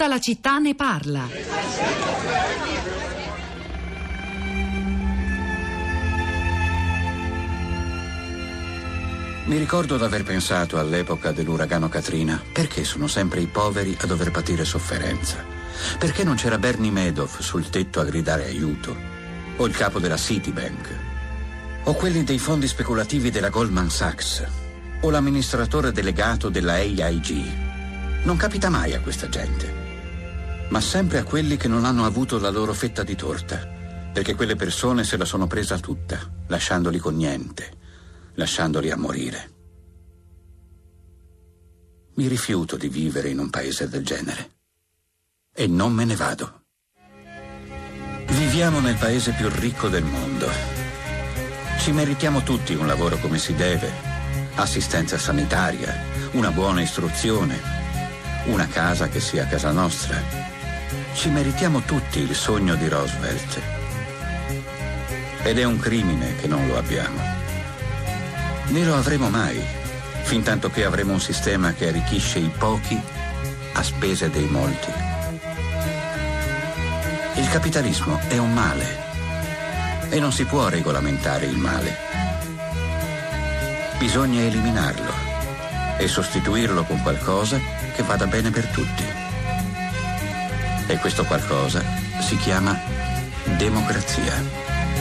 Tutta la città ne parla. Mi ricordo d'aver pensato all'epoca dell'uragano Katrina: perché sono sempre i poveri a dover patire sofferenza? Perché non c'era Bernie Madoff sul tetto a gridare aiuto? O il capo della Citibank? O quelli dei fondi speculativi della Goldman Sachs? O l'amministratore delegato della AIG? Non capita mai a questa gente, ma sempre a quelli che non hanno avuto la loro fetta di torta, perché quelle persone se la sono presa tutta, lasciandoli con niente, lasciandoli a morire. Mi rifiuto di vivere in un paese del genere e non me ne vado. Viviamo nel paese più ricco del mondo. Ci meritiamo tutti un lavoro come si deve, assistenza sanitaria, una buona istruzione, una casa che sia casa nostra. Ci meritiamo tutti il sogno di Roosevelt. Ed è un crimine che non lo abbiamo. Né lo avremo mai, fintanto che avremo un sistema che arricchisce i pochi a spese dei molti. Il capitalismo è un male e non si può regolamentare il male. Bisogna eliminarlo e sostituirlo con qualcosa che vada bene per tutti. E questo qualcosa si chiama democrazia.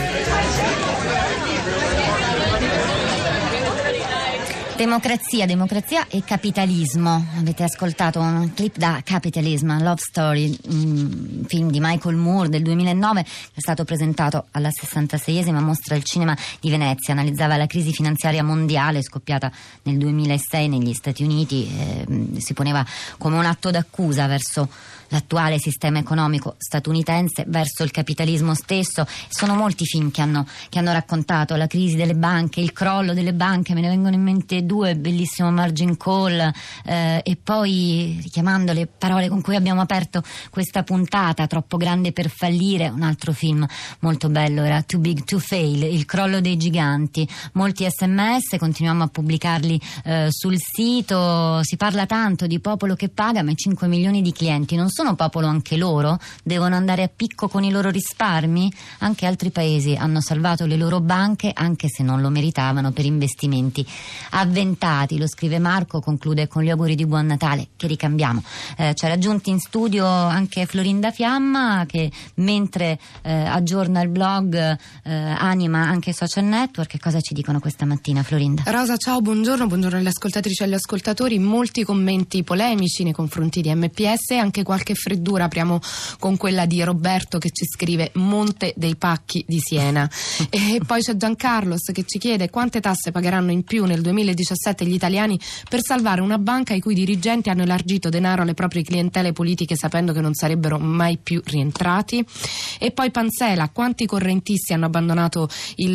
Democrazia e capitalismo. Avete ascoltato un clip da Capitalism, Love Story, un film di Michael Moore del 2009 che è stato presentato alla 66esima Mostra del Cinema di Venezia. Analizzava la crisi finanziaria mondiale scoppiata nel 2006 negli Stati Uniti, si poneva come un atto d'accusa verso l'attuale sistema economico statunitense, verso il capitalismo stesso. Sono molti film che hanno raccontato la crisi delle banche, il crollo delle banche. Me ne vengono in mente due: bellissimo Margin Call, e poi, richiamando le parole con cui abbiamo aperto questa puntata, Troppo grande per fallire, un altro film molto bello era Too Big to Fail, il crollo dei giganti. Molti SMS, continuiamo a pubblicarli sul sito. Si parla tanto di popolo che paga, ma i 5 milioni di clienti non sono popolo anche loro? Devono andare a picco con i loro risparmi? Anche altri paesi hanno salvato le loro banche, anche se non lo meritavano, per investimenti avventati. Lo scrive Marco, conclude con gli auguri di buon Natale che ricambiamo. Ci ha raggiunti in studio anche Florinda Fiamma, che mentre aggiorna il blog anima anche i social network. Che cosa ci dicono questa mattina, Florinda? Rosa, ciao, buongiorno alle ascoltatrici e agli ascoltatori. Molti commenti polemici nei confronti di MPS, anche qualche freddura. Apriamo con quella di Roberto che ci scrive: Monte dei Pacchi di Siena. E poi c'è Giancarlos che ci chiede quante tasse pagheranno in più nel 2017 gli italiani per salvare una banca i cui dirigenti hanno elargito denaro alle proprie clientele politiche sapendo che non sarebbero mai più rientrati. E poi Panzela: quanti correntisti hanno abbandonato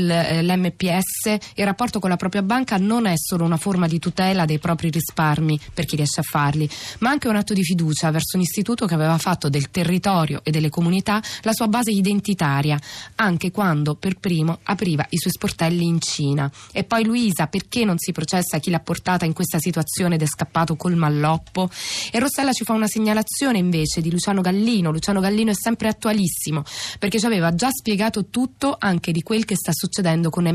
l'MPS? Il rapporto con la propria banca non è solo una forma di tutela dei propri risparmi per chi riesce a farli, ma anche un atto di fiducia verso un istituto che aveva fatto del territorio e delle comunità la sua base identitaria, anche quando per primo apriva i suoi sportelli in Cina. E poi Luisa: perché non si processa chi l'ha portata in questa situazione ed è scappato col malloppo? E Rossella ci fa una segnalazione invece di Luciano Gallino. Luciano Gallino è sempre attualissimo, perché ci aveva già spiegato tutto anche di quel che sta succedendo con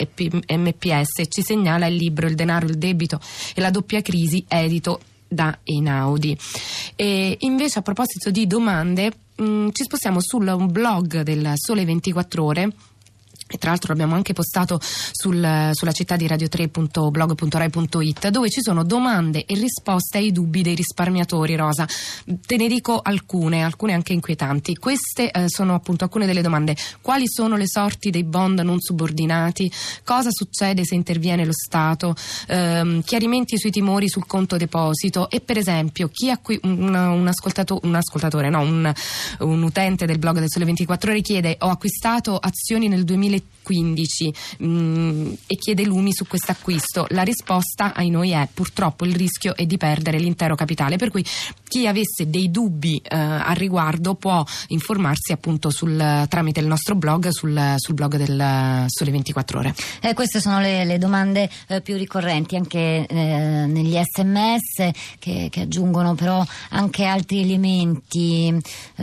MPS, e ci segnala il libro Il denaro, il debito e la doppia crisi, edito da Einaudi. E invece, a proposito di domande, ci spostiamo sul blog del Sole 24 Ore. E tra l'altro l'abbiamo anche postato sulla città di radio3.blog.rai.it, dove ci sono domande e risposte ai dubbi dei risparmiatori. Rosa, te ne dico alcune anche inquietanti. Queste sono appunto alcune delle domande: quali sono le sorti dei bond non subordinati? Cosa succede se interviene lo Stato? Chiarimenti sui timori sul conto deposito. E per esempio un utente del blog del Sole 24 Ore chiede: ho acquistato azioni nel 2010 2015 e chiede lumi su questo acquisto. La risposta ai noi è: purtroppo il rischio è di perdere l'intero capitale, per cui chi avesse dei dubbi al riguardo può informarsi appunto tramite il nostro blog, sul blog del Sole 24 Ore. Queste sono le domande più ricorrenti anche negli SMS che aggiungono però anche altri elementi,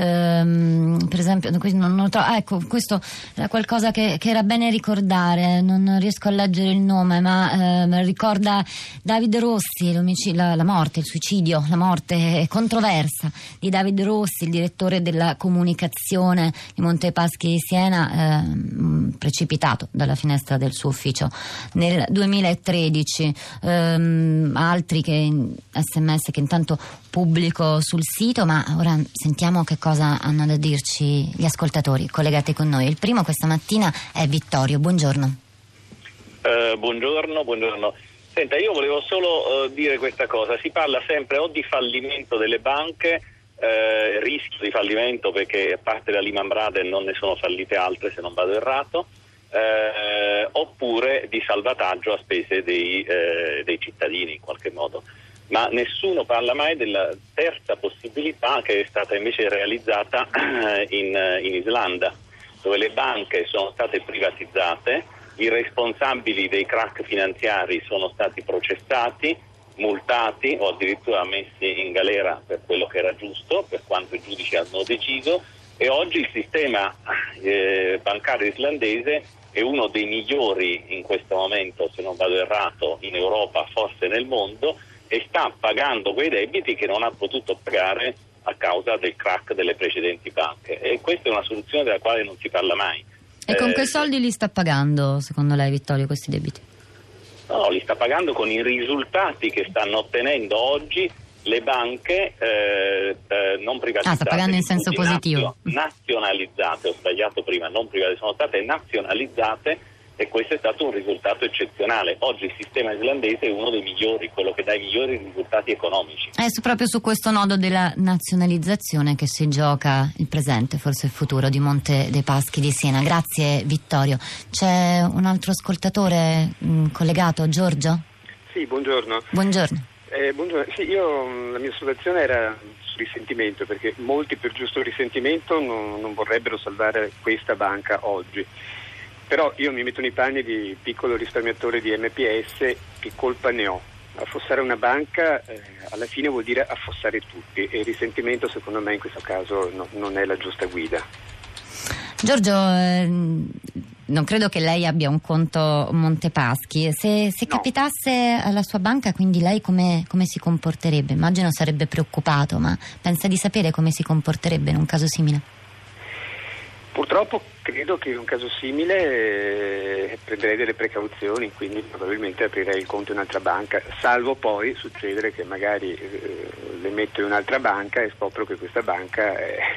per esempio ecco, questo era qualcosa che era bene ricordare, non riesco a leggere il nome, ma ricorda David Rossi, la morte, il suicidio, la morte controversa di David Rossi, il direttore della comunicazione di Monte dei Paschi di Siena, precipitato dalla finestra del suo ufficio nel 2013. Altri SMS che intanto pubblico sul sito, ma ora sentiamo che cosa hanno da dirci gli ascoltatori collegati con noi. Il primo questa mattina è Vittorio. Buongiorno. Buongiorno. Senta, io volevo solo dire questa cosa: si parla sempre o di fallimento delle banche, rischio di fallimento, perché a parte la Lehman Brothers non ne sono fallite altre se non vado errato, oppure di salvataggio a spese dei cittadini in qualche modo, ma nessuno parla mai della terza possibilità che è stata invece realizzata in Islanda, dove le banche sono state privatizzate, i responsabili dei crack finanziari sono stati processati, multati o addirittura messi in galera per quello che era giusto, per quanto i giudici hanno deciso, e oggi il sistema bancario islandese è uno dei migliori in questo momento, se non vado errato, in Europa, forse nel mondo, e sta pagando quei debiti che non ha potuto pagare a causa del crack delle precedenti banche, e questa è una soluzione della quale non si parla mai. E con che soldi li sta pagando, secondo lei, Vittorio, questi debiti? No, li sta pagando con i risultati che stanno ottenendo oggi le banche non privatizzate. Sta pagando in senso positivo. Nazionalizzate, ho sbagliato prima, non private, sono state nazionalizzate, e questo è stato un risultato eccezionale. Oggi il sistema islandese è uno dei migliori, quello che dà i migliori risultati economici. È proprio su questo nodo della nazionalizzazione che si gioca il presente, forse il futuro di Monte dei Paschi di Siena. Grazie Vittorio. C'è un altro ascoltatore collegato, Giorgio? Sì, buongiorno. Buongiorno. Buongiorno. Sì, la mia osservazione era sul risentimento, perché molti per giusto risentimento non vorrebbero salvare questa banca oggi. Però io mi metto nei panni di piccolo risparmiatore di MPS, che colpa ne ho? Affossare una banca alla fine vuol dire affossare tutti, e il risentimento secondo me in questo caso non è la giusta guida. Giorgio, non credo che lei abbia un conto Monte Paschi. Se No. capitasse alla sua banca, quindi lei come si comporterebbe? Immagino sarebbe preoccupato, ma pensa di sapere come si comporterebbe in un caso simile? Purtroppo credo che in un caso simile prenderei delle precauzioni, quindi probabilmente aprirei il conto in un'altra banca, salvo poi succedere che magari le metto in un'altra banca e scopro che questa banca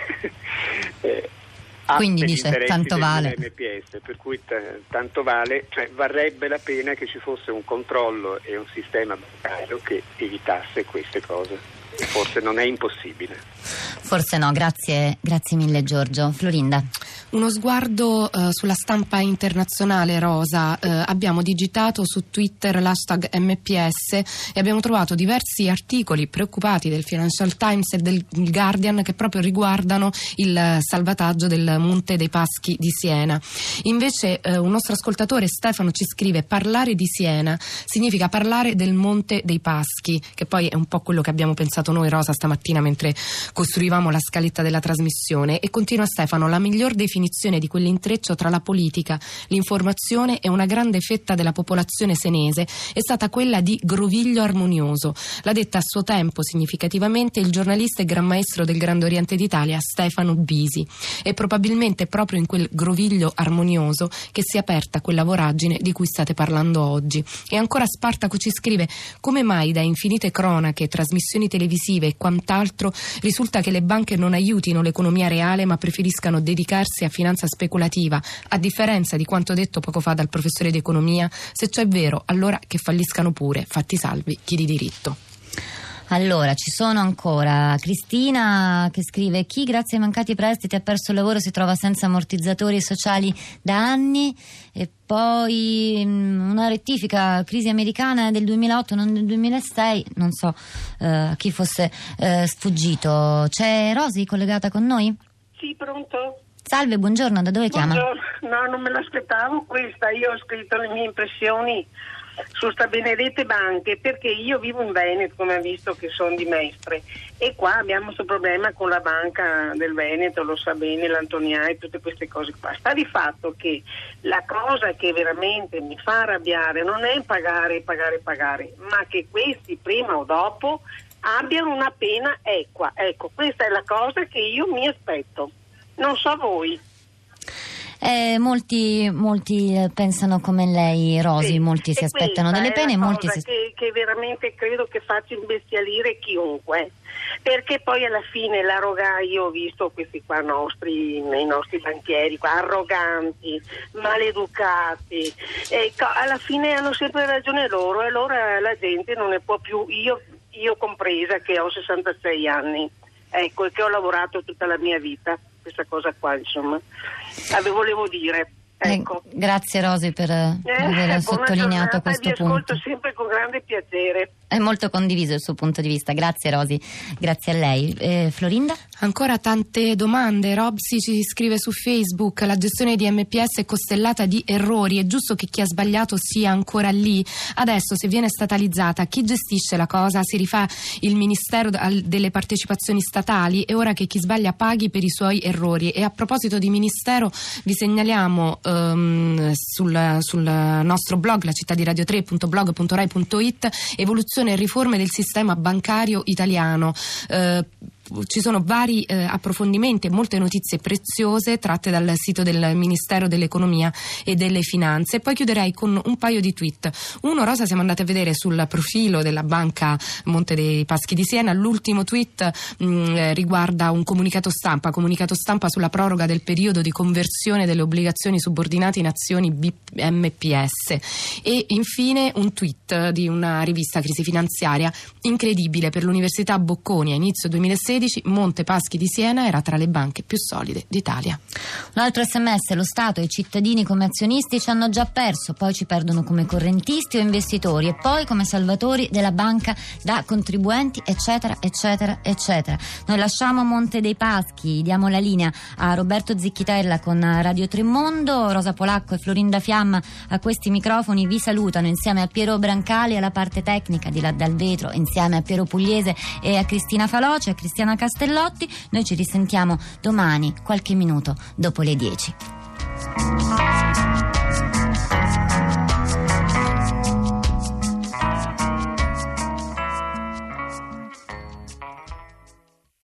ha quindi degli dice interessi tanto del vale. MPS, per cui tanto vale, cioè varrebbe la pena che ci fosse un controllo e un sistema bancario che evitasse queste cose. Forse non è impossibile. Forse no, grazie mille Giorgio. Florinda. Uno sguardo sulla stampa internazionale, Rosa. Abbiamo digitato su Twitter l'hashtag MPS e abbiamo trovato diversi articoli preoccupati del Financial Times e del Guardian che proprio riguardano il salvataggio del Monte dei Paschi di Siena. Invece un nostro ascoltatore, Stefano, ci scrive: parlare di Siena significa parlare del Monte dei Paschi, che poi è un po' quello che abbiamo pensato noi, Rosa, stamattina mentre costruivamo la scaletta della trasmissione. E continua Stefano: la miglior definizione di quell'intreccio tra la politica, l'informazione e una grande fetta della popolazione senese è stata quella di groviglio armonioso. L'ha detta a suo tempo significativamente il giornalista e gran maestro del Grande Oriente d'Italia Stefano Bisi. E probabilmente proprio in quel groviglio armonioso che si è aperta quella voragine di cui state parlando oggi. E ancora Spartaco ci scrive: come mai da infinite cronache, trasmissioni televisive e quant'altro risulta che le banche non aiutino l'economia reale ma preferiscano dedicarsi a finanza speculativa, a differenza di quanto detto poco fa dal professore di economia? Se ciò è vero, allora che falliscano pure, fatti salvi chi di diritto. Allora, ci sono ancora Cristina che scrive: chi grazie ai mancati prestiti ha perso il lavoro si trova senza ammortizzatori sociali da anni. E poi una rettifica, crisi americana del 2008, non del 2006, non so chi fosse sfuggito. C'è Rosy collegata con noi? Sì, pronto? Salve, buongiorno, da dove chiama? Buongiorno, no, non me l'aspettavo questa, io ho scritto le mie impressioni su sta benedette banche, perché io vivo in Veneto, come ha visto che sono di Mestre, e qua abbiamo questo problema con la banca del Veneto, lo sa bene l'Antonià e tutte queste cose qua. Sta di fatto che la cosa che veramente mi fa arrabbiare non è pagare, ma che questi prima o dopo abbiano una pena equa. Ecco, questa è la cosa che io mi aspetto. Non so voi. Molti pensano come lei, Rosy, sì, molti si aspettano delle pene, molti che veramente credo che faccia imbestialire chiunque, perché poi alla fine io ho visto questi qua i nostri banchieri qua, arroganti, maleducati, alla fine hanno sempre ragione loro, e allora la gente non ne può più, io compresa che ho 66 anni, ecco, e che ho lavorato tutta la mia vita. Questa cosa qua, insomma, volevo dire. Ecco. Grazie Rosy per aver sottolineato questo punto. Vi ascolto sempre con grande piacere. È molto condiviso il suo punto di vista. Grazie Rosy, grazie a lei. Florinda? Ancora tante domande. Robsi ci scrive su Facebook: la gestione di MPS è costellata di errori, è giusto che chi ha sbagliato sia ancora lì? Adesso, se viene statalizzata, chi gestisce la cosa? Si rifà il Ministero delle partecipazioni statali? È ora che chi sbaglia paghi per i suoi errori. E a proposito di Ministero, vi segnaliamo sul nostro blog, la città di Radio 3.blog.rai.it, evoluzione e riforme del sistema bancario italiano. Ci sono vari approfondimenti e molte notizie preziose tratte dal sito del Ministero dell'Economia e delle Finanze. E poi chiuderei con un paio di tweet. Uno, Rosa, siamo andati a vedere sul profilo della Banca Monte dei Paschi di Siena. L'ultimo tweet riguarda un comunicato stampa sulla proroga del periodo di conversione delle obbligazioni subordinate in azioni BMPS. E infine un tweet di una rivista Crisi Finanziaria: incredibile, per l'Università Bocconi a inizio 2016 Monte Paschi di Siena era tra le banche più solide d'Italia. Un altro SMS: lo Stato e i cittadini come azionisti ci hanno già perso, poi ci perdono come correntisti o investitori, e poi come salvatori della banca da contribuenti, eccetera eccetera eccetera. Noi lasciamo Monte dei Paschi, diamo la linea a Roberto Zicchitella con Radio Tremondo. Rosa Polacco e Florinda Fiamma a questi microfoni vi salutano, insieme a Piero Brancali alla parte tecnica, di là dal vetro, insieme a Piero Pugliese e a Cristina Faloci, a Cristiana Castellotti. Noi ci risentiamo domani, qualche minuto dopo le 10.